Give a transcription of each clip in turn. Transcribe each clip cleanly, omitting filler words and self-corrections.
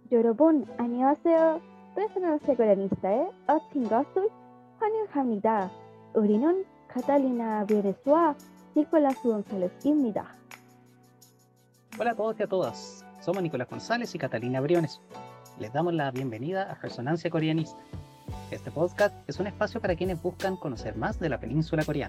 여러분, 안녕하세요. 프레스넌스 코리아니스타의 아침 것을 환영합니다. 우리는 카탈리나 베네수아 니콜라스 곤zález입니다. Hola a todos y a todas, somos Nicolás González y Catalina Briones. Les damos la bienvenida a Resonancia Coreanista. Este podcast es un espacio para quienes buscan conocer más de la península coreana.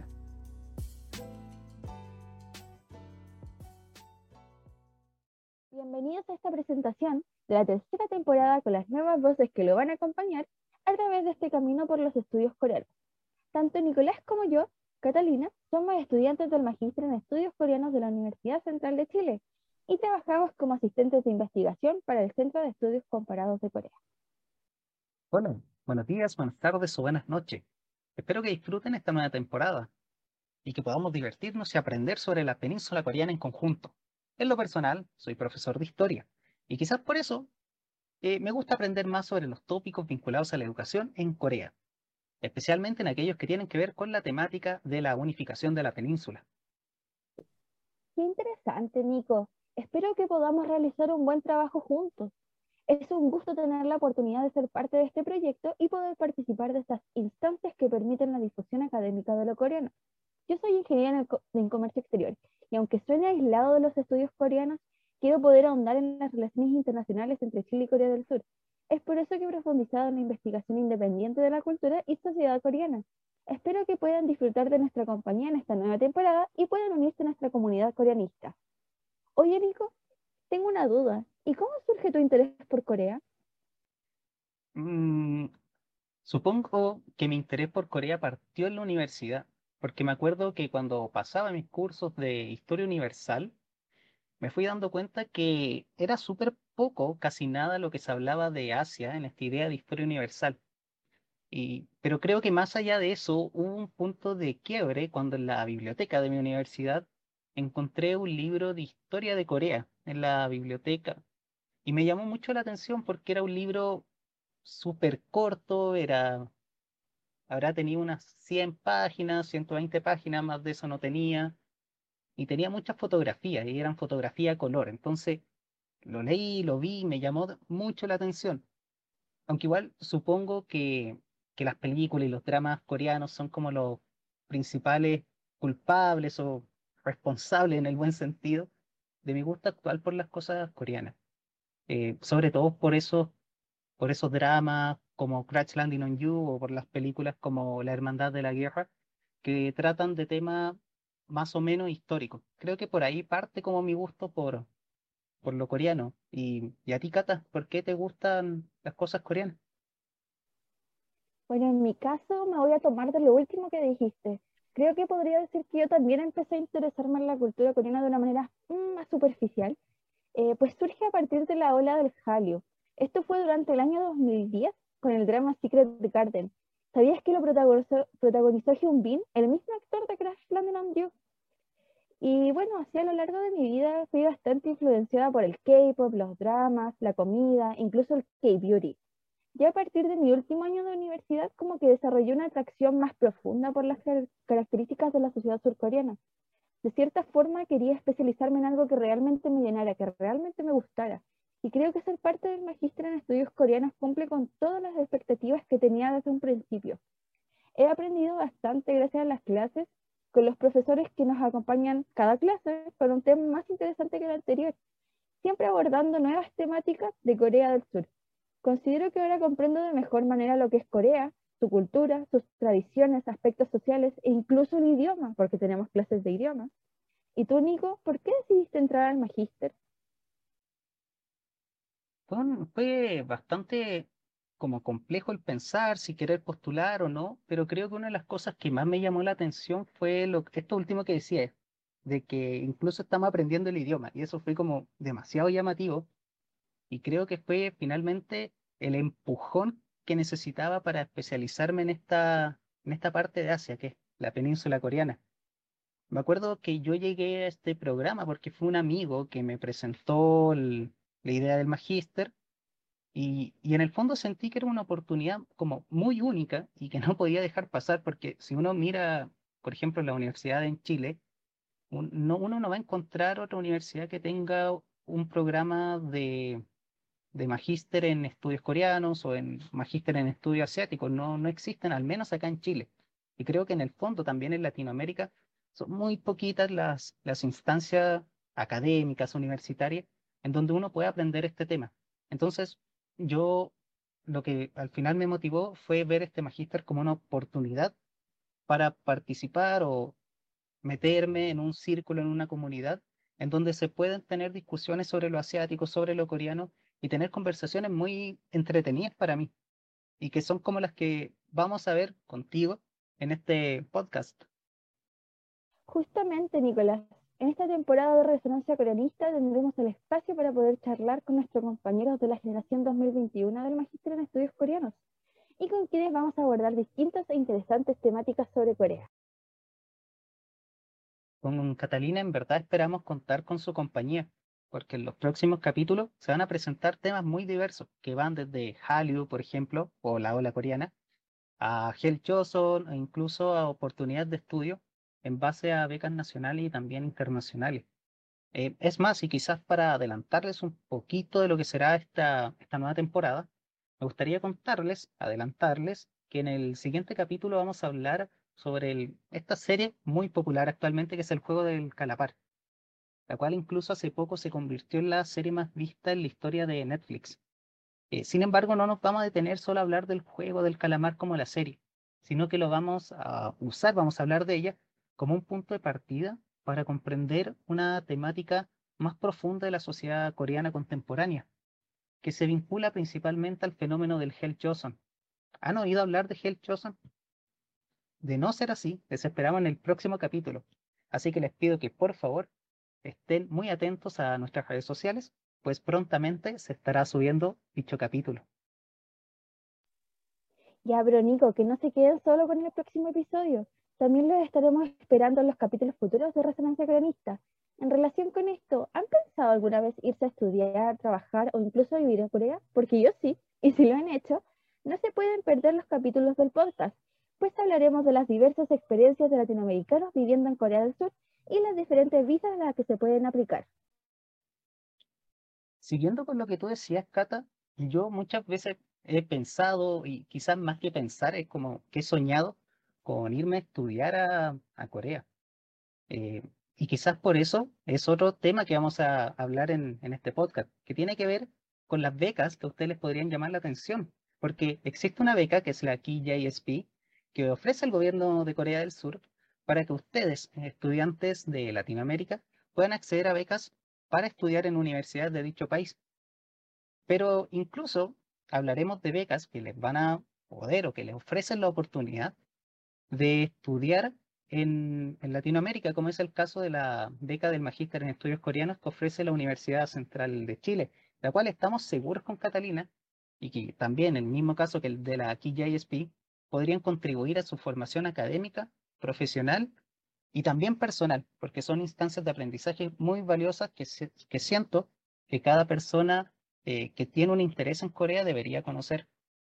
Bienvenidos a esta presentación de la tercera temporada con las nuevas voces que lo van a acompañar a través de este camino por los estudios coreanos. Tanto Nicolás como yo, Catalina, somos estudiantes del Magíster en Estudios Coreanos de la Universidad Central de Chile y trabajamos como asistentes de investigación para el Centro de Estudios Comparados de Corea. Hola, buenos días, buenas tardes o buenas noches. Espero que disfruten esta nueva temporada y que podamos divertirnos y aprender sobre la península coreana en conjunto. En lo personal, soy profesor de historia y quizás por eso me gusta aprender más sobre los tópicos vinculados a la educación en Corea, especialmente en aquellos que tienen que ver con la temática de la unificación de la península. Qué interesante, Nico. Espero que podamos realizar un buen trabajo juntos. Es un gusto tener la oportunidad de ser parte de este proyecto y poder participar de estas instancias que permiten la difusión académica de lo coreano. Yo soy ingeniera en comercio exterior y aunque suene aislado de los estudios coreanos, quiero poder ahondar en las relaciones internacionales entre Chile y Corea del Sur. Es por eso que he profundizado en la investigación independiente de la cultura y sociedad coreana. Espero que puedan disfrutar de nuestra compañía en esta nueva temporada y puedan unirse a nuestra comunidad coreanista. Oye, Nico, tengo una duda. ¿Y cómo surge tu interés por Corea? Mm, Supongo que mi interés por Corea partió en la universidad, porque me acuerdo que cuando pasaba mis cursos de Historia Universal, me fui dando cuenta que era súper poco, casi nada lo que se hablaba de Asia en esta idea de Historia Universal. Pero creo que más allá de eso, hubo un punto de quiebre cuando en la biblioteca de mi universidad encontré un libro de historia de Corea en la biblioteca y me llamó mucho la atención porque era un libro súper corto, habrá tenido unas 100 páginas, 120 páginas, más de eso no tenía, y tenía muchas fotografías, y eran fotografía a color. Entonces lo leí, lo vi, me llamó mucho la atención. Aunque igual supongo que las películas y los dramas coreanos son como los principales culpables o responsables en el buen sentido de mi gusto actual por las cosas coreanas. Sobre todo por esos dramas como Crash Landing on You o por las películas como La Hermandad de la Guerra, que tratan de temas más o menos históricos. Creo que por ahí parte como mi gusto por lo coreano. Y a ti, Cata, ¿por qué te gustan las cosas coreanas? Bueno, en mi caso me voy a tomar de lo último que dijiste. Creo que podría decir que yo también empecé a interesarme en la cultura coreana de una manera más superficial, pues surge a partir de la ola del Hallyu. Esto fue durante el año 2010 con el drama Secret Garden. ¿Sabías que lo protagonizó Hyun Bin, el mismo actor de Crash Landing on You? Y bueno, así a lo largo de mi vida fui bastante influenciada por el K-pop, los dramas, la comida, incluso el K-beauty. Ya a partir de mi último año de universidad, como que desarrollé una atracción más profunda por las características de la sociedad surcoreana. De cierta forma, quería especializarme en algo que realmente me llenara, que realmente me gustara. Y creo que ser parte del magíster en estudios coreanos cumple con todas las expectativas que tenía desde un principio. He aprendido bastante gracias a las clases, con los profesores que nos acompañan cada clase con un tema más interesante que el anterior, siempre abordando nuevas temáticas de Corea del Sur. Considero que ahora comprendo de mejor manera lo que es Corea, su cultura, sus tradiciones, aspectos sociales e incluso el idioma, porque tenemos clases de idioma. ¿Y tú, Nico, por qué decidiste entrar al magíster? Fue bastante como complejo el pensar si querer postular o no, pero creo que una de las cosas que más me llamó la atención fue esto último que decía, de que incluso estamos aprendiendo el idioma, y eso fue como demasiado llamativo, y creo que fue finalmente el empujón que necesitaba para especializarme en esta parte de Asia, que es la península coreana. Me acuerdo que yo llegué a este programa porque fue un amigo que me presentó la idea del magíster y en el fondo sentí que era una oportunidad como muy única y que no podía dejar pasar porque si uno mira, por ejemplo, la universidad en Chile, uno no va a encontrar otra universidad que tenga un programa de magíster en estudios coreanos o en magíster en estudios asiáticos. No, no existen, al menos acá en Chile. Y creo que en el fondo también en Latinoamérica son muy poquitas las instancias académicas, universitarias, en donde uno puede aprender este tema. Entonces, yo lo que al final me motivó fue ver este magíster como una oportunidad para participar o meterme en un círculo, en una comunidad, en donde se pueden tener discusiones sobre lo asiático, sobre lo coreano, y tener conversaciones muy entretenidas para mí, y que son como las que vamos a ver contigo en este podcast. Justamente, Nicolás, en esta temporada de Resonancia Coreanista tendremos el espacio para poder charlar con nuestros compañeros de la generación 2021 del Magíster en Estudios Coreanos y con quienes vamos a abordar distintas e interesantes temáticas sobre Corea. Con Catalina en verdad esperamos contar con su compañía, porque en los próximos capítulos se van a presentar temas muy diversos, que van desde Hallyu, por ejemplo, o la ola coreana, a Hell Joseon e incluso a oportunidades de estudio en base a becas nacionales y también internacionales. Es más, y quizás para adelantarles un poquito de lo que será esta nueva temporada, me gustaría contarles, adelantarles, que en el siguiente capítulo vamos a hablar sobre esta serie muy popular actualmente, que es el Juego del Calamar, la cual incluso hace poco se convirtió en la serie más vista en la historia de Netflix. Sin embargo, no nos vamos a detener solo a hablar del Juego del Calamar como la serie, sino que lo vamos a usar, vamos a hablar de ella como un punto de partida para comprender una temática más profunda de la sociedad coreana contemporánea, que se vincula principalmente al fenómeno del Hell Joseon. ¿Han oído hablar de Hell Joseon? De no ser así, les esperamos en el próximo capítulo. Así que les pido que por favor estén muy atentos a nuestras redes sociales, pues prontamente se estará subiendo dicho capítulo. Ya, pero Nico, que no se queden solo con el próximo episodio. También los estaremos esperando en los capítulos futuros de Resonancia Coreanista. En relación con esto, ¿han pensado alguna vez irse a estudiar, trabajar o incluso a vivir a Corea? Porque yo sí, y si lo han hecho, no se pueden perder los capítulos del podcast, pues hablaremos de las diversas experiencias de latinoamericanos viviendo en Corea del Sur y las diferentes visas a las que se pueden aplicar. Siguiendo con lo que tú decías, Cata, yo muchas veces he pensado, y quizás más que pensar, es como que he soñado con irme a estudiar a Corea. Eh, y quizás por eso es otro tema que vamos a hablar en este podcast, que tiene que ver con las becas que a ustedes les podrían llamar la atención. Porque existe una beca que es la KJSP, que ofrece el gobierno de Corea del Sur para que ustedes, estudiantes de Latinoamérica, puedan acceder a becas para estudiar en universidades de dicho país. Pero incluso hablaremos de becas que les van a poder o que les ofrecen la oportunidad de estudiar en Latinoamérica, como es el caso de la beca del Magíster en Estudios Coreanos que ofrece la Universidad Central de Chile, la cual estamos seguros con Catalina, y que también, en el mismo caso que el de la KJSP, podrían contribuir a su formación académica, profesional y también personal, porque son instancias de aprendizaje muy valiosas que siento que cada persona que tiene un interés en Corea debería conocer.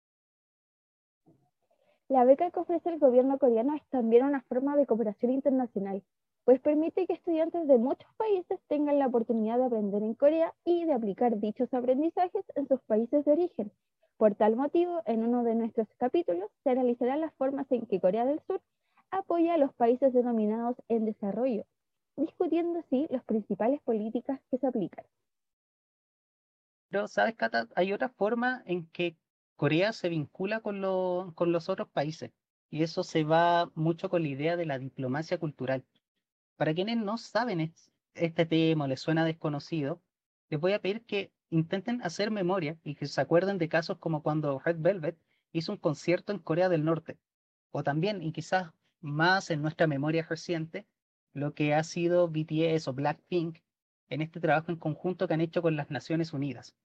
La beca que ofrece el gobierno coreano es también una forma de cooperación internacional, pues permite que estudiantes de muchos países tengan la oportunidad de aprender en Corea y de aplicar dichos aprendizajes en sus países de origen. Por tal motivo, en uno de nuestros capítulos se analizarán las formas en que Corea del Sur apoya a los países denominados en desarrollo, discutiendo así las principales políticas que se aplican. Pero, ¿sabes, Cata? Hay otra forma en que Corea se vincula con los otros países, y eso se va mucho con la idea de la diplomacia cultural. Para quienes no saben este tema o les suena desconocido, les voy a pedir que intenten hacer memoria y que se acuerden de casos como cuando Red Velvet hizo un concierto en Corea del Norte, o también, y quizás más en nuestra memoria reciente, lo que ha sido BTS o Blackpink en este trabajo en conjunto que han hecho con las Naciones Unidas.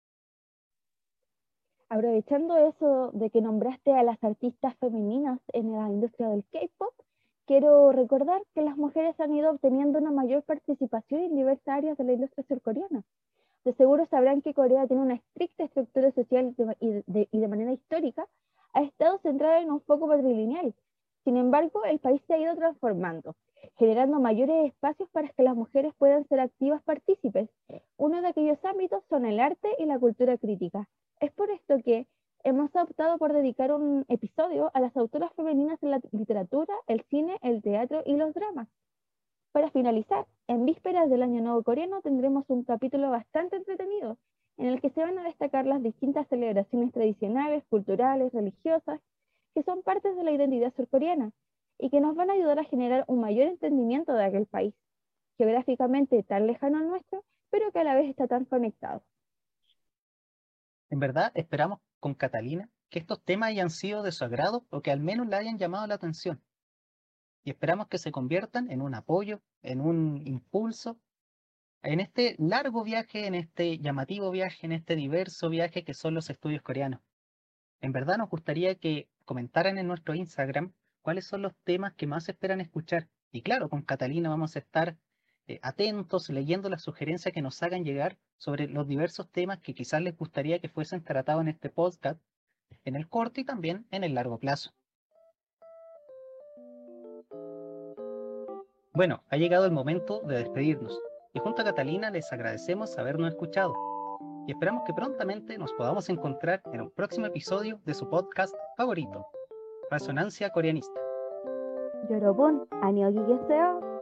Aprovechando eso de que nombraste a las artistas femeninas en la industria del K-pop, quiero recordar que las mujeres han ido obteniendo una mayor participación en diversas áreas de la industria surcoreana. De seguro sabrán que Corea tiene una estricta estructura social y de manera histórica ha estado centrada en un foco patrilineal. Sin embargo, el país se ha ido transformando, generando mayores espacios para que las mujeres puedan ser activas partícipes. Uno de aquellos aquellos ámbitos son el arte y la cultura crítica. Es por esto que hemos optado por dedicar un episodio a las autoras femeninas en la literatura, el cine, el teatro y los dramas. Para finalizar, en vísperas del Año Nuevo Coreano tendremos un capítulo bastante entretenido, en el que se van a destacar las distintas celebraciones tradicionales, culturales, religiosas, que son partes de la identidad surcoreana y que nos van a ayudar a generar un mayor entendimiento de aquel país, geográficamente tan lejano al nuestro, pero que a la vez está tan conectado. En verdad, esperamos con Catalina que estos temas hayan sido de su agrado o que al menos le hayan llamado la atención. Y esperamos que se conviertan en un apoyo, en un impulso, en este largo viaje, en este llamativo viaje, en este diverso viaje que son los estudios coreanos. En verdad nos gustaría que comentaran en nuestro Instagram cuáles son los temas que más esperan escuchar. Y claro, con Catalina vamos a estar atentos, leyendo las sugerencias que nos hagan llegar sobre los diversos temas que quizás les gustaría que fuesen tratados en este podcast, en el corto y también en el largo plazo. Bueno, ha llegado el momento de despedirnos y junto a Catalina les agradecemos habernos escuchado y esperamos que prontamente nos podamos encontrar en un próximo episodio de su podcast favorito, Resonancia Coreanista. 여러분, 안녕히 계세요.